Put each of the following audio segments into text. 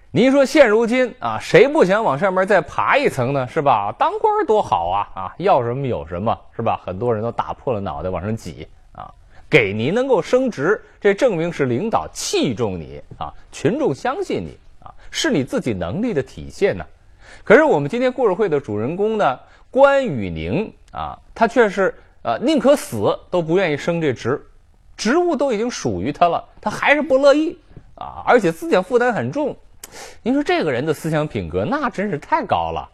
您说现如今啊，谁不想往上面再爬一层呢？是吧？当官多好啊！要什么有什么，是吧？很多人都打破了脑袋往上挤啊，给您能够升职，这证明是领导器重你啊，群众相信你啊，是你自己能力的体现呢。可是我们今天故事会的主人公呢，关宇宁啊，他却是宁可死都不愿意升这职，职务都已经属于他了，他还是不乐意啊，而且思想负担很重。您说这个人的思想品格那真是太高了。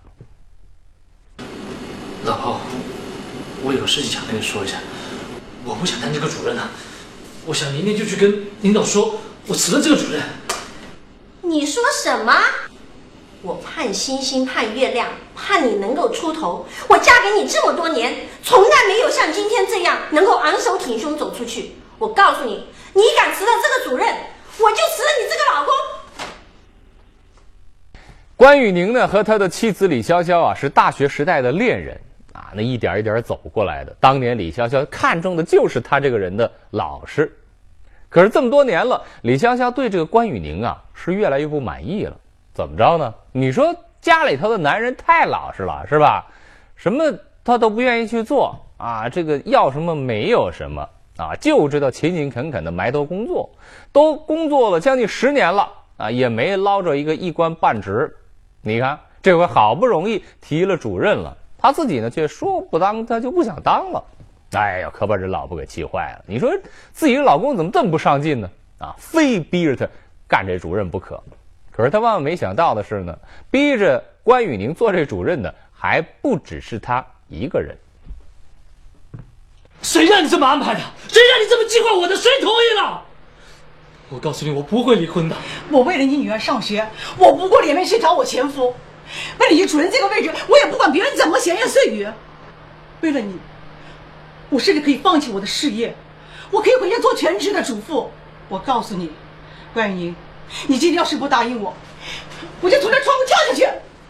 老婆，我有个事情想跟你说一下，我不想当这个主任了，我想明天就去跟领导说，我辞了这个主任。 你说什么？我盼星星盼月亮，盼你能够出头。我嫁给你这么多年，从来没有像今天这样能够昂首挺胸走出去。我告诉你，你敢辞了这个主任，我就辞了你这个老公。 关宇宁呢和他的妻子李潇潇啊是大学时代的恋人啊，那一点一点走过来的。当年李潇潇看中的就是他这个人的老实，可是这么多年了，李潇潇对这个关宇宁啊是越来越不满意了。怎么着呢？你说家里头的男人太老实了，是吧？什么他都不愿意去做啊，这个要什么没有什么啊，就知道勤勤恳恳的埋头工作，都工作了将近10年了啊，也没捞着一个一官半职。你看这回好不容易提了主任了，他自己呢却说不当他就不想当了。哎呀，可把这老婆给气坏了。你说自己的老公怎么这么不上进呢？啊，非逼着他干这主任不可。可是他万万没想到的是呢，逼着关宇宁做这主任的还不只是他一个人。 谁让你这么安排的？谁让你这么计划我的？谁同意了？我告诉你，我不会离婚的。 我为了你女儿上学，我不顾脸面去找我前夫。为了你主任这个位置，我也不管别人怎么闲言碎语。为了你，我甚至可以放弃我的事业，我可以回家做全职的主妇。我告诉你，关宇宁，你今天要是不答应我，我就从这窗户跳下去。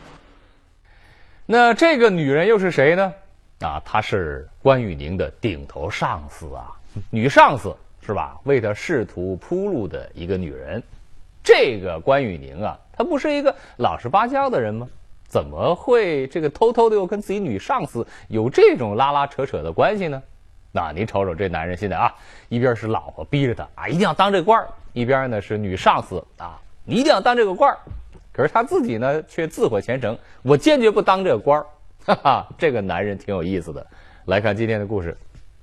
那这个女人又是谁呢？啊，她是关宇宁的顶头上司啊，女上司是吧？为他仕途铺路的一个女人。这个关宇宁啊，她不是一个老实巴交的人吗？怎么会这个偷偷的又跟自己女上司有这种拉拉扯扯的关系呢？那你瞅瞅这男人现在啊，一边是老婆逼着他啊一定要当这官儿，一边呢是女上司啊你一定要当这个官儿，可是他自己呢却自毁前程，我坚决不当这个官儿。哈哈，这个男人挺有意思的。来看今天的故事。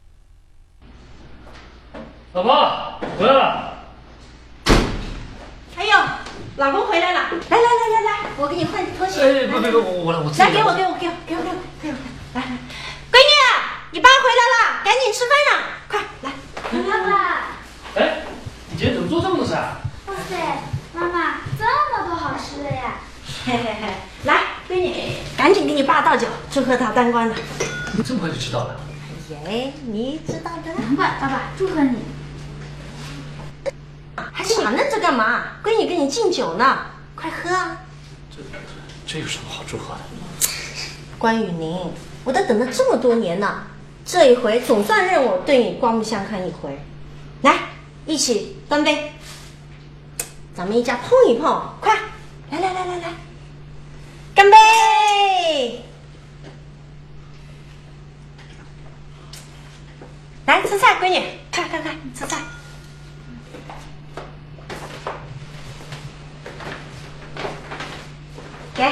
老婆，回来了。 哎呦，老公回来了！来，我给你换拖鞋。 哎，不，我来，给我，来，闺女，你爸回来了，赶紧吃饭了，快来。 爸爸， 哎，你今天怎么做这么多菜啊？ 哇塞，妈妈这么多好吃的呀！ 嘿，来，闺女，赶紧给你爸倒酒，祝贺他当官了。 你这么快就知道了？ 哎，你知道的。 难怪，爸爸祝贺你。 还傻愣着干嘛？闺女给你敬酒呢，快喝啊！ 这有什么好祝贺的？ 关宇宁，我都等了这么多年了，这一回总算让我对你刮目相看一回。来，一起干杯！咱们一家碰一碰，快，来，干杯！来吃菜，闺女，快，吃菜。给，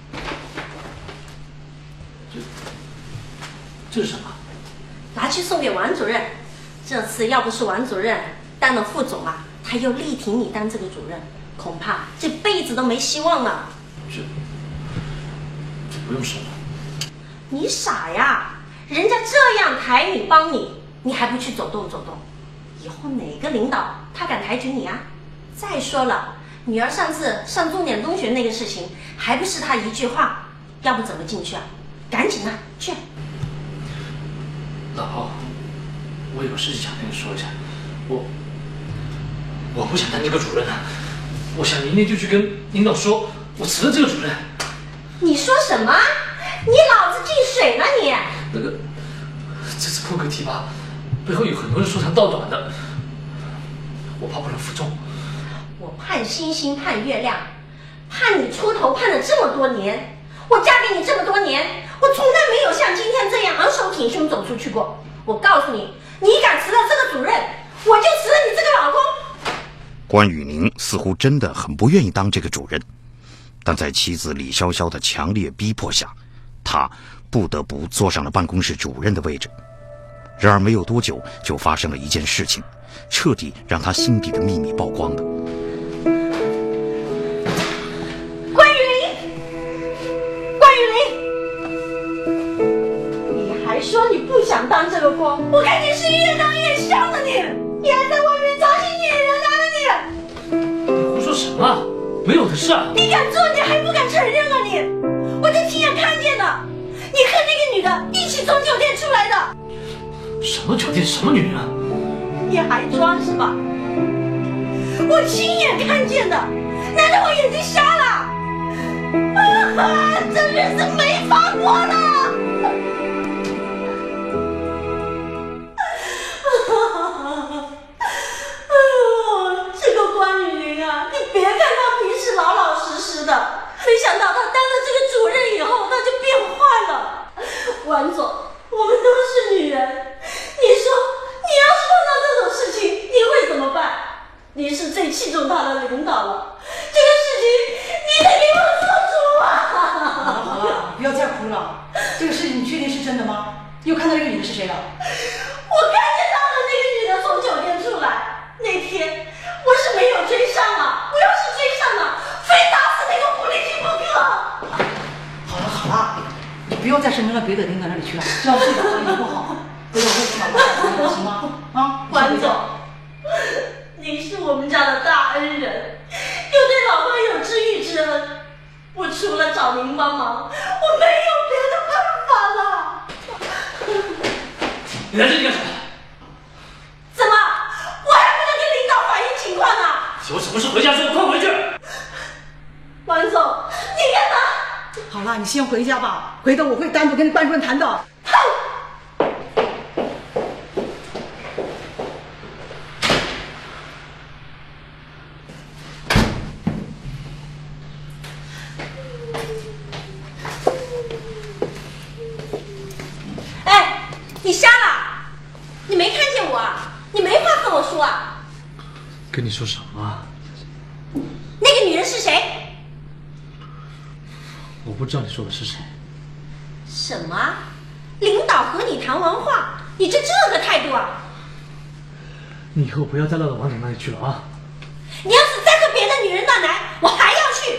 这是什么？ 拿去送给王主任。这次要不是王主任当了副总啊，他又力挺你当这个主任，恐怕这辈子都没希望了。 这不用收了。 你傻呀？人家这样抬你帮你，你还不去走动？以后哪个领导他敢抬举你啊？再说了，女儿上次上重点中学那个事情，还不是他一句话，要不怎么进去啊？赶紧啊，去！ 老婆，我有个事情想跟你说一下，我不想当这个主任了，我想明天就去跟领导说，我辞了这个主任。 你说什么？你脑子进水了你？ 那个，这次破格提拔背后有很多人说长道短的，我怕不能服众。 我盼星星盼月亮， 盼你出头盼了这么多年，我嫁给你这么多年，我从来没有像今天这样昂首挺胸走出去过。我告诉你，你敢辞了这个主任，我就辞了你这个老公。 关雨宁似乎真的很不愿意当这个主任，但在妻子李潇潇的强烈逼迫下，他不得不坐上了办公室主任的位置。然而没有多久，就发生了一件事情，彻底让他心底的秘密曝光了。 关雨林，你还说你不想当这个官，我看你是越当越像了你还在外面找起女人来了你胡说什么？没有的事啊！ 你敢做，你还不敢承认啊你！我就亲眼看见的，你和那个女的一起从酒店出来的。 什么酒店？什么女人？ 你还装是吧？我亲眼看见的，难道我眼睛瞎了？啊，这日子没法过了！这个关雨林啊，你别看他平时老老实实的，没想到他当了这个主任以后，他就变坏了。王总，我们都是女人，你说你要是碰到这种事情，你会怎么办？你是最器重他的领导了，这个事情你得给我做主啊！ 好了，不要再哭了。这个事情你确定是真的吗？你有看到这个女的是谁了？ 我看见他和那个女的从酒店出来，那天我是没有追上啊，我要是追上了，非打死那个狐狸精不可。 好了，你不要再深入到别的领导那里去了，这样对老公也不好。回头我会去把关的，行吗？啊， 关总，您是我们家的大恩人，又对老公有知遇之恩，我除了找您帮忙，我没有别的办法了。 你来这里干什么？ 怎么？我还不能跟领导反映情况呢？ 有什么事回家说，快回去！ 王总，你干嘛？ 好了，你先回家吧，回头我会单独跟班主任谈的。 哎，你瞎了？你没看见我啊？你没话跟我说啊？ 跟你说什么？ 那个女人是谁？ 我不知道你说的是谁。 什么？领导和你谈完话，你就这个态度啊？ 你以后不要再绕到王总那里去了啊！ 你要是再和别的女人乱来，我还要去。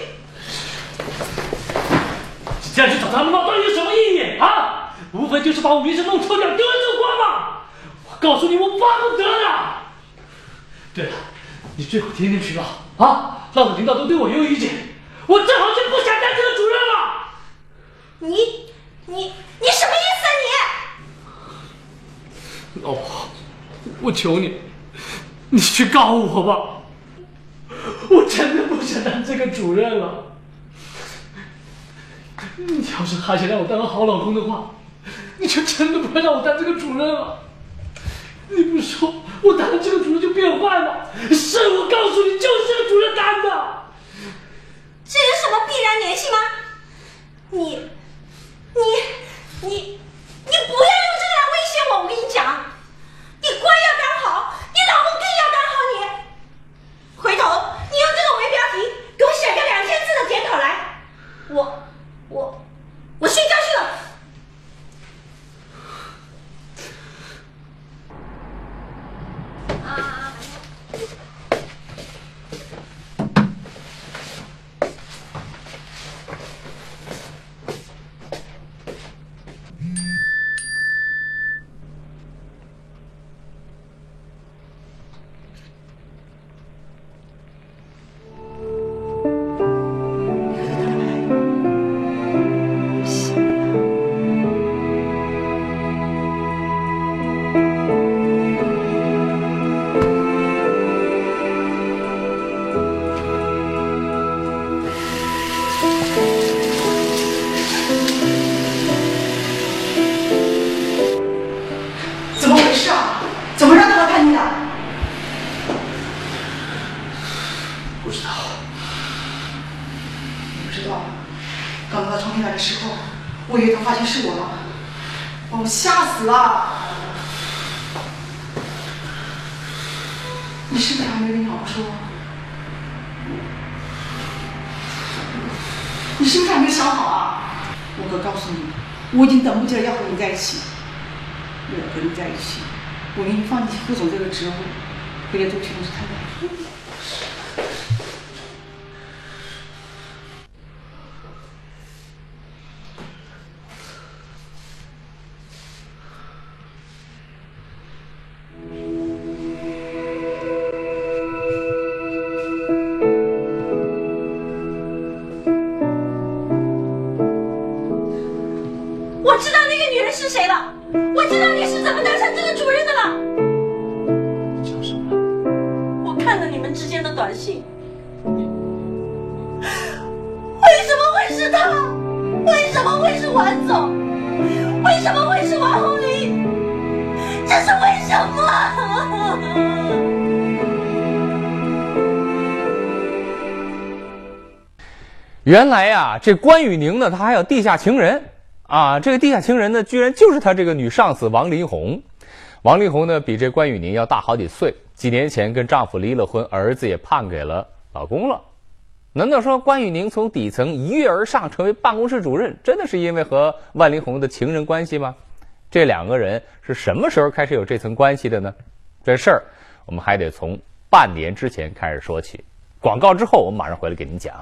你这样去找他们闹，到底有什么意义啊？无非就是把我名声弄臭掉，丢人这锅嘛！我告诉你，我巴不得的。对了，你最好天天去闹啊，闹得领导都对我有意见。我正好就不想当这个主任了。 你什么意思啊你？老婆，我求你，你去告我吧。我真的不想当这个主任了。你要是还想让我当个好老公的话，你就真的不要让我当这个主任了。你不说我当了这个主任就变坏了？是我告诉你，就是这个主任当的。 这有什么必然联系吗？你不要用这个来威胁我！我跟你讲，你官要当好，你老公更要当好你。回头你用这个为标题，给我写个2000字的检讨来。我睡觉去了。 不知道。 知道。刚到他床底来的时候，我以为他发现是我了，把我吓死了。你是不是还没跟你老婆说？你是不是还没想好啊？我可告诉你，我已经等不及了要和你在一起。为了和你在一起，我愿意放弃副总这个职务，回家做全职太太。 我知道那个女人是谁了，我知道你是怎么当上这个主任的了。 讲什么？ 我看了你们之间的短信，为什么会是他？为什么会是王总？为什么会是王红林？这是为什么？ 原来呀，这关宇宁呢，他还有地下情人啊！这个地下情人呢，居然就是他这个女上司王林红。王林红呢，比这关宇宁要大好几岁，几年前跟丈夫离了婚，儿子也判给了老公了。难道说关宇宁从底层一跃而上，成为办公室主任，真的是因为和万林红的情人关系吗？这两个人是什么时候开始有这层关系的呢？这事儿我们还得从半年之前开始说起。广告之后，我们马上回来给您讲。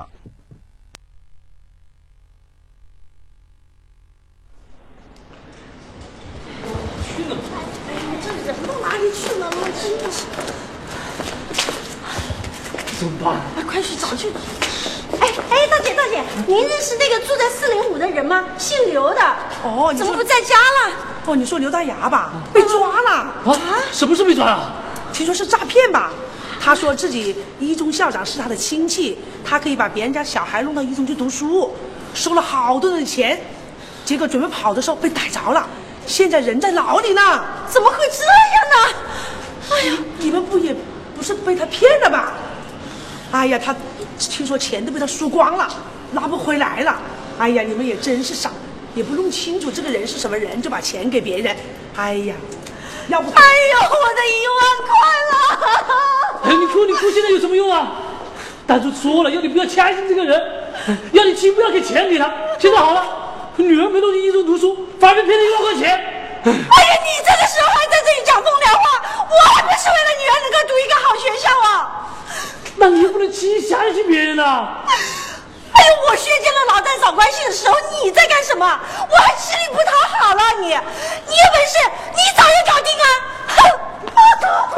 怎么办？ 快去找去！哎，大姐，您认识那个住在405的人吗？姓刘的。 哦， 怎么不在家了？ 哦，你说刘大牙吧，被抓了。 啊？什么时候被抓了？ 听说是诈骗吧？他说自己一中校长是他的亲戚，他可以把别人家小孩弄到一中去读书，收了好多人的钱，结果准备跑的时候被逮着了，现在人在牢里呢。 怎么会这样呢？ 哎呀，你们也不是被他骗了吧？哎呀，他听说钱都被他输光了，拿不回来了。哎呀，你们也真是傻，也不弄清楚这个人是什么人就把钱给别人。哎呀，要不…… 哎呦，我的1万块了！ 哎，你哭现在有什么用啊？当初说了要你不要相信这个人，要你亲不要给钱给他。现在好了，女儿没弄进一中读书，反而被骗了1万块钱。 哎呀，你这个时候还在这里讲风凉话，我还不是为了女儿能够读一个好学校啊！ 那你也不能轻易相信别人啊！ 哎呦，我削尖了脑袋找关系的时候，你在干什么？我还吃力不讨好了你有本事你早点搞定啊！哼！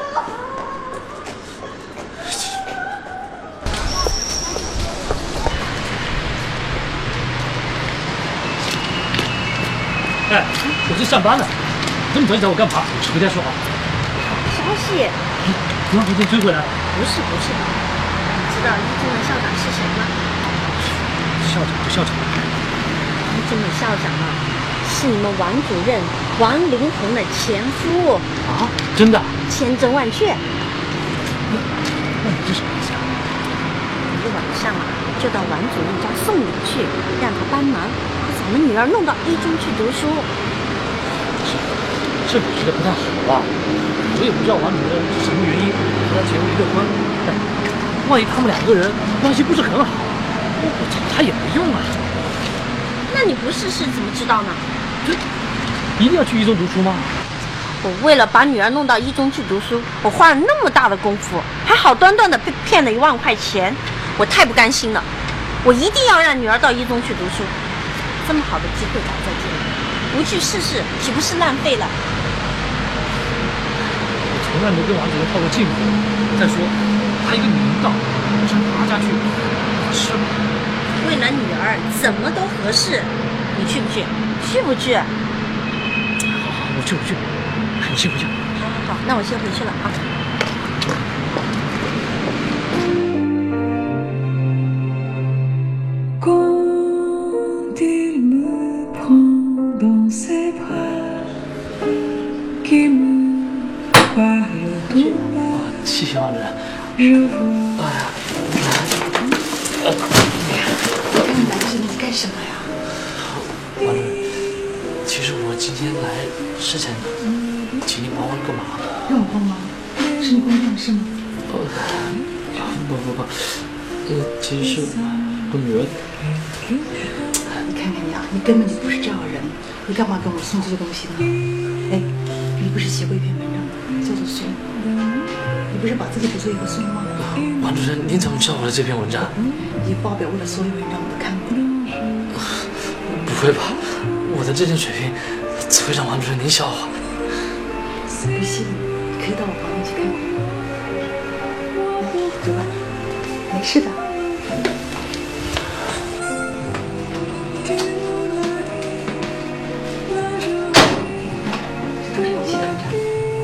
哎，我这上班呢，这么早你找我干嘛？回家说好。 消息？ 不让回家追回来？ 不是，你知道一中的校长是谁吗？ 校长就校长。 一中的校长啊，是你们王主任王林红的前夫啊？真的？ 千真万确。 那你这什么意思啊？ 你晚上啊，就到王主任家送礼去，让他帮忙把咱们女儿弄到一中去读书。 这你觉得不太好吧？我也不知道王主任是什么原因和他前夫离了婚，但万一他们两个人关系不是很好，我找他也没用啊。 那你不试试怎么知道呢？ 这一定要去一中读书吗？ 我为了把女儿弄到一中去读书，我花了那么大的功夫，还好端端的被骗了1万块钱，我太不甘心了。我一定要让女儿到一中去读书，这么好的机会摆在这里，不去试试岂不是浪费了？ 从来没跟王主任套过近乎。再说，他一个女领导，上他家去合适吗？ 为了女儿，怎么都合适。你去不去？去不去？ 好，我去。你先回家。 好，那我先回去了啊。 Quand il me prend dans ses bras, qui me parle tout bas, 谢谢王主任。 je vois 你来这里干什么呀？ 王主任，其实我今天来是想请您帮我个忙。 让我帮忙？是你工作的事吗？ 不，其实是我女儿。 你看看你啊，你根本就不是这样的人，你干嘛给我送这些东西呢？哎，你不是写过一篇文章叫做《送》，你不是把自己比作一个送吗？ 王主任，您怎么知道我的这篇文章？ 你报表为了所有文章我都看过了。 不会吧，我的这点水平只会让王主任您笑话。 不信，你可以到我房间去看看。走吧，没事的。这都是我写的文章。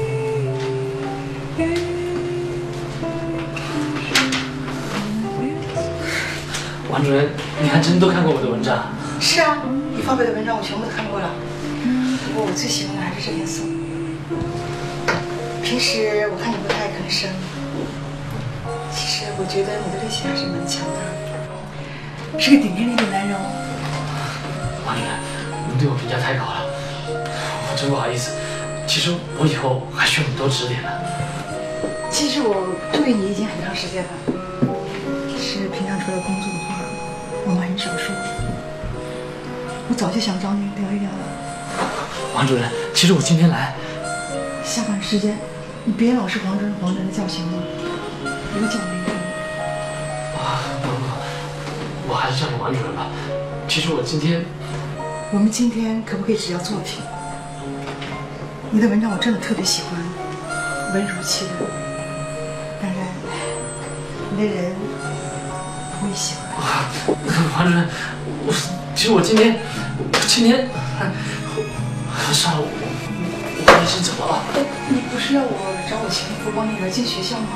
王主任，你还真都看过我的文章？ 是啊，你发表的文章我全部都看过了。不过我最喜欢的还是这篇颂。平时我看你不太爱吭声，其实我觉得你的内心还是蛮强大的，是个顶天立地的男人哦。 王主任，您对我评价太高了，我真不好意思。其实我以后还需要你多指点呢。 其实我注意你已经很长时间了，是平常除了工作的话，我们很少说。我早就想找你聊一聊了。 王主任，其实我今天来， 下班时间你别老是黄真的叫行吗？有讲没用。 我还是叫你王主任吧。其实我们今天可不可以只聊作品？你的文章我真的特别喜欢，文如其人。当然，你的人我也喜欢。 王主任，其实我今天，算了，我先走了啊。 你不是要我找我前夫帮你来进学校吗？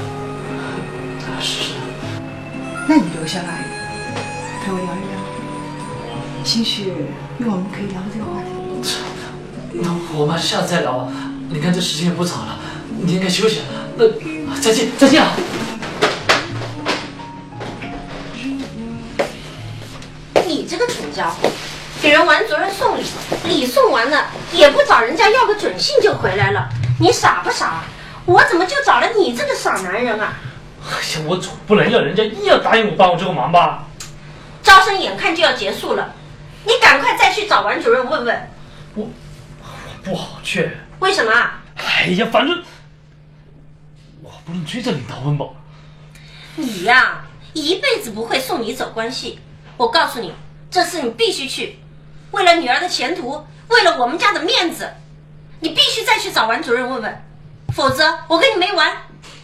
是。 那你留下来陪我聊一聊，兴许我们可以聊这个话题。 那我们下次再聊吧。你看这时间也不早了，你应该休息了。那再见啊！ 你这个蠢家伙，给人王主任送礼，礼送完了也不找人家要个准信就回来了，你傻不傻？我怎么就找了你这个傻男人啊？ 哎呀，我总不能要人家硬要答应我帮我这个忙吧？ 招生眼看就要结束了，你赶快再去找王主任问问。 我不好去。 为什么啊？ 哎呀，反正我不能追着领导问吧。 你呀，一辈子不会送你走关系。我告诉你，这次你必须去，为了女儿的前途，为了我们家的面子，你必须再去找王主任问问，否则我跟你没完。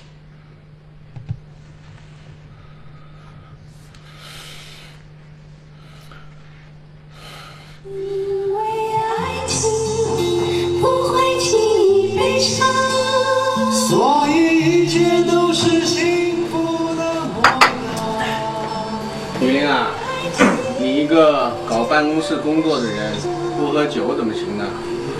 因为爱情不会轻易悲伤，所以一切都是幸福的模样。 雨林啊，你一个搞办公室工作的人，不喝酒怎么行呢？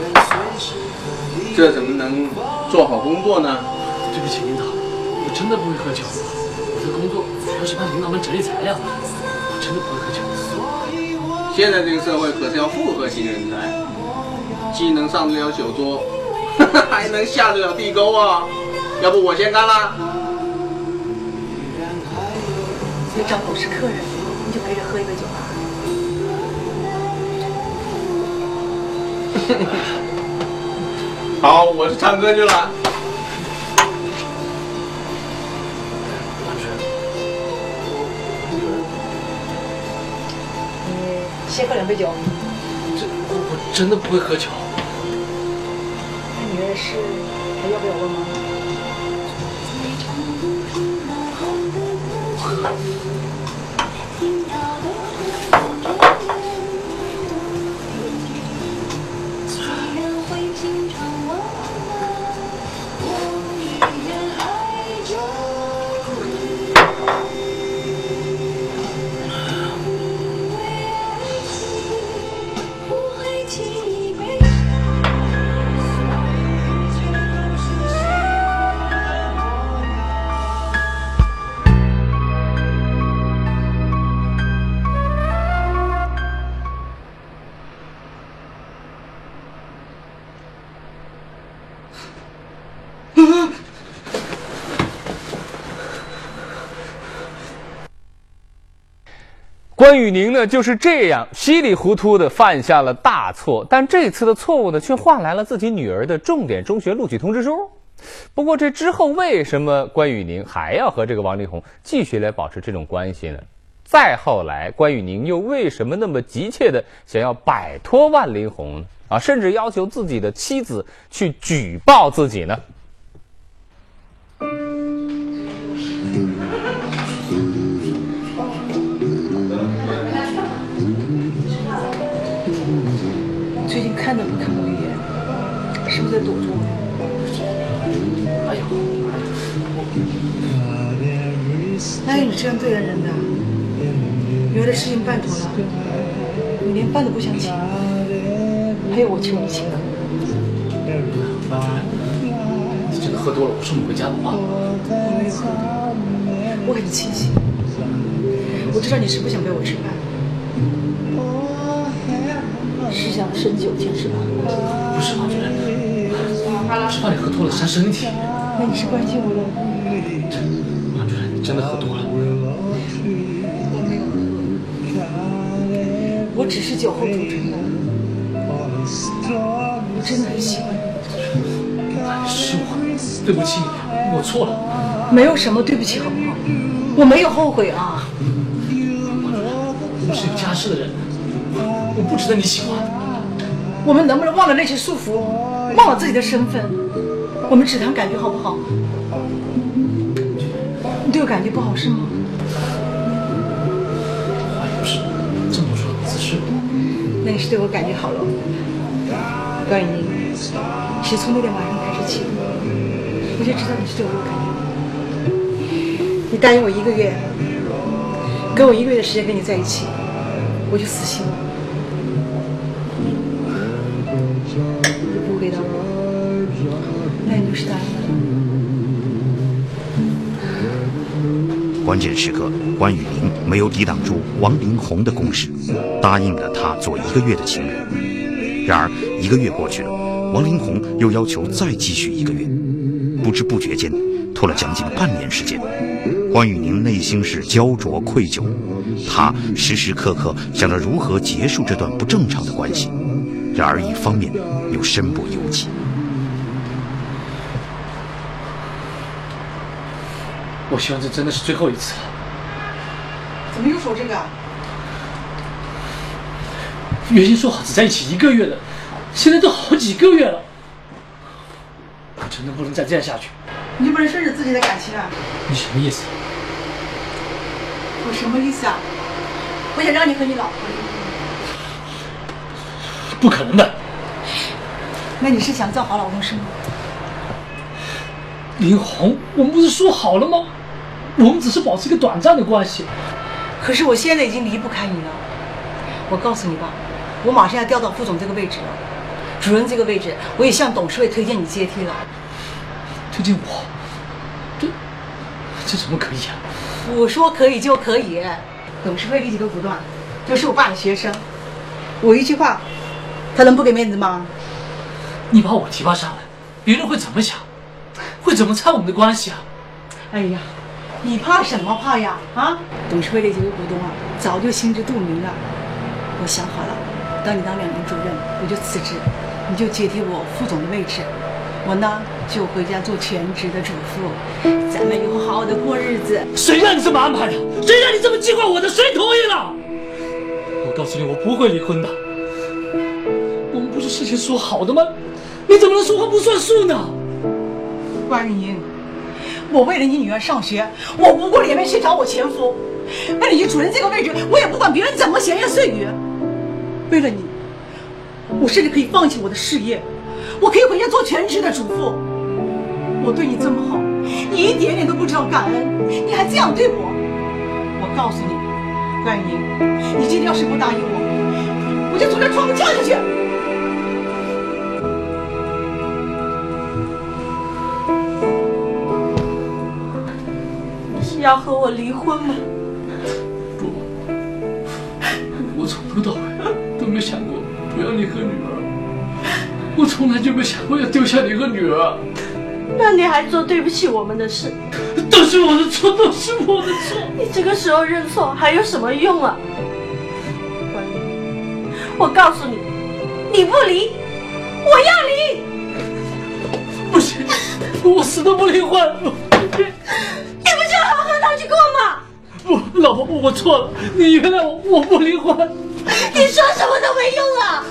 这怎么能做好工作呢？ 对不起领导，我真的不会喝酒，我的工作主要是帮领导们整理材料，我真的不会喝酒。 现在这个社会可是要复合型人才，既能上得了酒桌，还能下得了地沟啊！要不我先干啦。 你找我是客人，你就陪着喝一杯酒吧。 好，我去唱歌去了。 先喝2杯酒。 我真的不会喝酒。 那女儿的事还要不要问吗？ 关宇宁呢就是这样稀里糊涂的犯下了大错，但这次的错误呢却换来了自己女儿的重点中学录取通知书。不过这之后为什么关宇宁还要和这个王力宏继续来保持这种关系呢？再后来关宇宁又为什么那么急切的想要摆脱万林宏呢？甚至要求自己的妻子去举报自己呢？ 最近看都不看我一眼，是不是在躲着我？ 哎呦， 哪有你这样对待人的？女儿的事情办妥了，你连饭都不想请，还有我求你请客。 你真的喝多了，我送你回家了啊！ 我没有喝，我很清醒。我知道你是不想陪我吃饭，是想省酒钱是吧？ 不是王主任，是怕你喝多了伤身体。 那你是关心我了？ 王主任，你真的喝多了。 我没有喝，我只是酒后吐真的。我真的很喜欢你。 是我，对不起你，我错了。 没有什么对不起好不好？我没有后悔啊。 我是有家室的人，我不值得你喜欢。 我们能不能忘了那些束缚，忘了自己的身份？我们只谈感觉好不好？你对我感觉不好是吗？ 话也不是这么说，只是…… 那你是对我感觉好了？关于你，其实从那天晚上开始起，我就知道你是对我有感觉。你答应我1个月，给我1个月的时间跟你在一起，我就死心了。你不回答我，那你就是答应了。 关键时刻，关宇宁没有抵挡住王林宏的攻势，答应了他做1个月的情人。然而1个月过去了，王林宏又要求再继续1个月，不知不觉间拖了将近半年时间。关宇宁内心是焦灼愧疚，他时时刻刻想着如何结束这段不正常的关系，然而一方面又身不由己。 我希望这真的是最后一次了。 怎么又说这个？ 原先说好只在一起1个月的，现在都好几个月了。我真的不能再这样下去。 你就不能顺着自己的感情啊？ 你什么意思？ 我什么意思啊？我想让你和你老婆离婚。 不可能的。 那你是想造好老公是吗？ 林红，我们不是说好了吗？我们只是保持一个短暂的关系。 可是我现在已经离不开你了。我告诉你吧，我马上要调到副总这个位置了，主任这个位置我也向董事会推荐你接替了。 推荐我？这怎么可以啊？ 我说可以就可以，董事会立即都不断，都是我爸的学生，我一句话，他能不给面子吗？ 你把我提拔上来，别人会怎么想？会怎么猜我们的关系啊？ 哎呀，你怕什么怕呀？啊！董事会那几位股东啊，早就心知肚明了。我想好了，当你当2年主任，我就辞职，你就接替我副总的位置，我呢就回家做全职的主妇，咱们以后好好的过日子。 谁让你这么安排的？谁让你这么计划我的？谁同意了？我告诉你，我不会离婚的。我们不是事先说好的吗？你怎么能说话不算数呢？ 关于您，我为了你女儿上学，我不顾脸面去找我前夫。为了你主任这个位置，我也不管别人怎么闲言碎语。为了你，我甚至可以放弃我的事业，我可以回家做全职的主妇。我对你这么好，你一点点都不知道感恩，你还这样对我。我告诉你，关于您，你今天要是不答应我，我就从这窗户跳下去。 要和我离婚吗？ 不，我从头到尾都没想过不要你和女儿，我从来就没想过要丢下你和女儿。 那你还做对不起我们的事？ 都是我的错，都是我的错。 你这个时候认错还有什么用啊？ 我告诉你，你不离，我要离。 不行，我死都不离婚。 你不就好和他去过吗？ 不，老婆，我错了，你原谅我，我不离婚。 你说什么都没用了。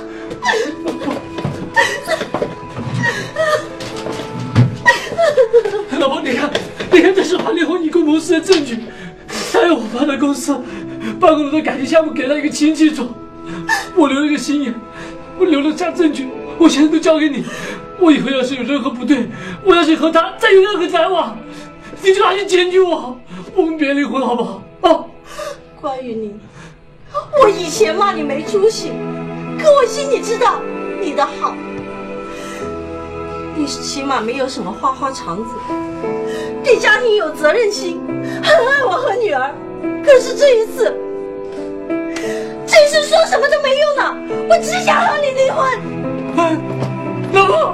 老婆，你看，这是把离婚一公谋私的证据，还有我爸的公司办公楼的改建项目给了一个亲戚做，我留了一个心眼，我留了下证据，我现在都交给你。我以后要是有任何不对，我要是和他再有任何来往，你就拿去检举我，我们别离婚好不好？啊！ 关于你，我以前骂你没出息，可我心里知道你的好。你起码没有什么花花肠子，对家庭有责任心，很爱我和女儿。可是这一次说什么都没用了，我只想和你离婚。 老婆。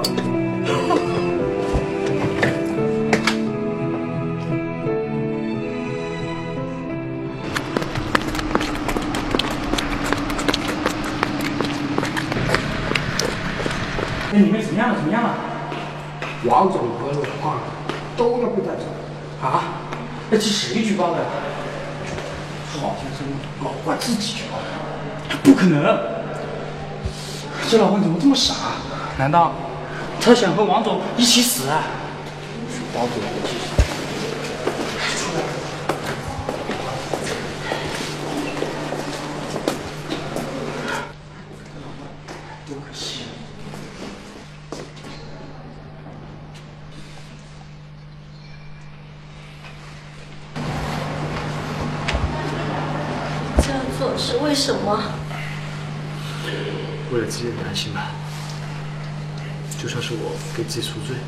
那你们怎么样了？ 王总和老胖都要被带走啊？那是谁举报的？ 郝先生老怪自己举报的。 不可能！这老王怎么这么傻？难道他想和王总一起死啊？ 是王总一起死。 出来。多可惜。 这样做是为什么？ 为了自己的良心吧，就算是我给自己赎罪。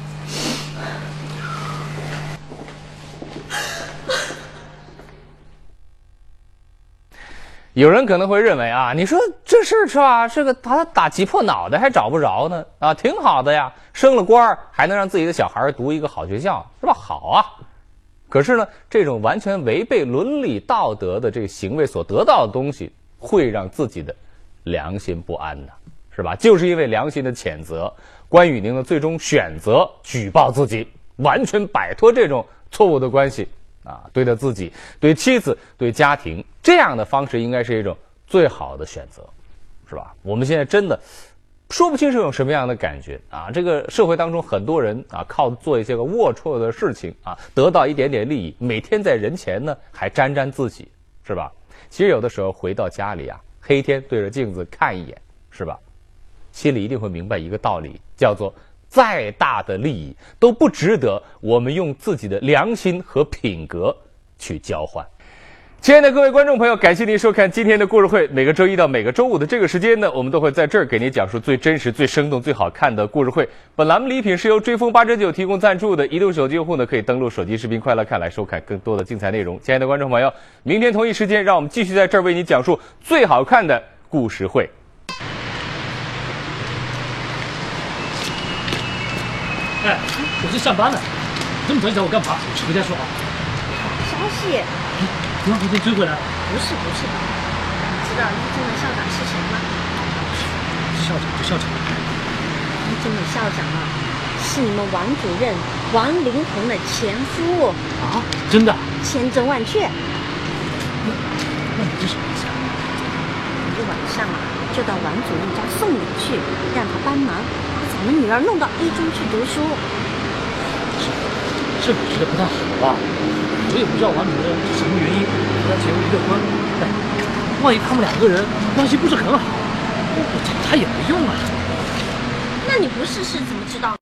有人可能会认为啊，你说这事儿是吧？这个他打击破脑袋还找不着呢啊，挺好的呀，升了官还能让自己的小孩读一个好学校，是吧？好啊。可是呢，这种完全违背伦理道德的这个行为所得到的东西，会让自己的良心不安的，是吧？就是因为良心的谴责，关宇宁呢最终选择举报自己，完全摆脱这种错误的关系啊，对待自己、对妻子、对家庭，这样的方式应该是一种最好的选择，是吧？我们现在真的说不清是有什么样的感觉啊！这个社会当中很多人啊，靠做一些个龌龊的事情啊，得到一点点利益，每天在人前呢还沾沾自喜，是吧？其实有的时候回到家里啊，黑天对着镜子看一眼，是吧？心里一定会明白一个道理，叫做再大的利益都不值得我们用自己的良心和品格去交换。亲爱的各位观众朋友，感谢您收看今天的故事会。每个周一到每个周五的这个时间呢，我们都会在这儿给您讲述最真实、最生动、最好看的故事会。本栏目礼品是由追风899提供赞助的，移动手机用户呢可以登录手机视频快乐看来收看更多的精彩内容。亲爱的观众朋友，明天同一时间，让我们继续在这儿为你讲述最好看的故事会。 哎，我是上班的，这么早你找我干嘛？回家说啊。 消息。 不让回天追回来？ 不是，你知道一中的校长是谁吗？ 校长就校长。 一中的校长啊，是你们王主任王林红的前夫。 啊？真的？ 千真万确。 那你这什么意思啊？ 你晚上啊，就到王主任家送礼去，让他帮忙把咱们女儿弄到一中去读书。 这我觉得不太好吧？我也不知道王主任是什么原因和他结为一个婚，哎，万一他们两个人关系不是很好，我找他也没用啊。 那你不试试怎么知道？